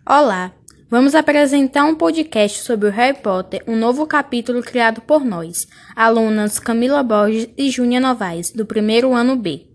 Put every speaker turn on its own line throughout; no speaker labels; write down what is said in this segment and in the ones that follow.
Olá, vamos apresentar um podcast sobre o Harry Potter, um novo capítulo criado por nós, alunas Camila Borges e Júnia Novaes, do primeiro ano B.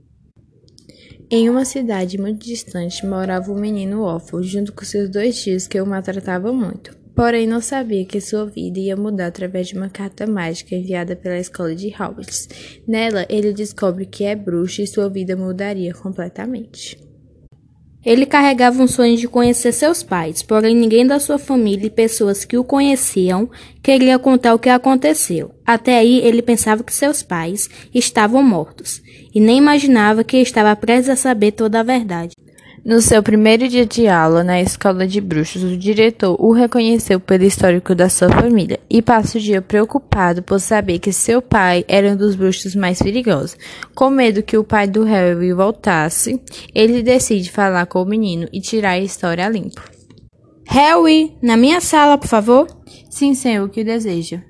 Em uma cidade muito distante morava um menino órfão, junto com seus 2 tios que o maltratavam muito. Porém, não sabia que sua vida ia mudar através de uma carta mágica enviada pela escola de Hogwarts. Nela, ele descobre que é bruxo e sua vida mudaria completamente.
Ele carregava um sonho de conhecer seus pais, porém ninguém da sua família e pessoas que o conheciam queria contar o que aconteceu. Até aí ele pensava que seus pais estavam mortos e nem imaginava que estava prestes a saber toda a verdade.
No seu primeiro dia de aula na escola de bruxos, o diretor o reconheceu pelo histórico da sua família e passa o dia preocupado por saber que seu pai era um dos bruxos mais perigosos. Com medo que o pai do Harry voltasse, ele decide falar com o menino e tirar a história a limpo.
Harry, na minha sala, por favor.
Sim, senhor, o que deseja?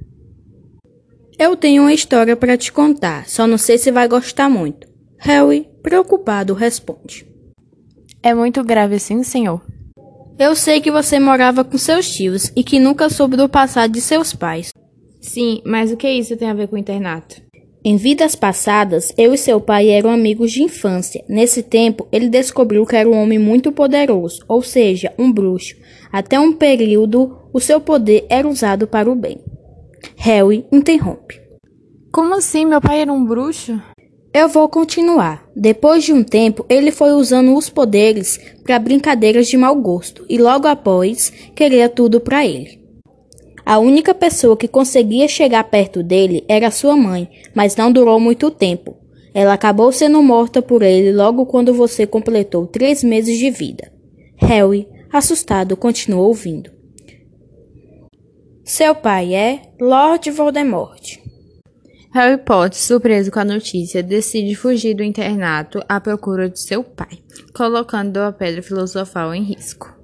Eu tenho uma história para te contar, só não sei se vai gostar muito. Harry, preocupado, responde.
É muito grave assim, senhor?
Eu sei que você morava com seus tios e que nunca soube do passado de seus pais.
Sim, mas o que isso tem a ver com o internato?
Em vidas passadas, eu e seu pai eram amigos de infância. Nesse tempo, ele descobriu que era um homem muito poderoso, ou seja, um bruxo. Até um período, o seu poder era usado para o bem. Harry interrompe.
Como assim? Meu pai era um bruxo?
Eu vou continuar. Depois de um tempo, ele foi usando os poderes para brincadeiras de mau gosto e logo após, queria tudo para ele. A única pessoa que conseguia chegar perto dele era sua mãe, mas não durou muito tempo. Ela acabou sendo morta por ele logo quando você completou 3 meses de vida. Harry, assustado, continuou ouvindo. Seu pai é Lord Voldemort.
Harry Potter, surpreso com a notícia, decide fugir do internato à procura de seu pai, colocando a Pedra Filosofal em risco.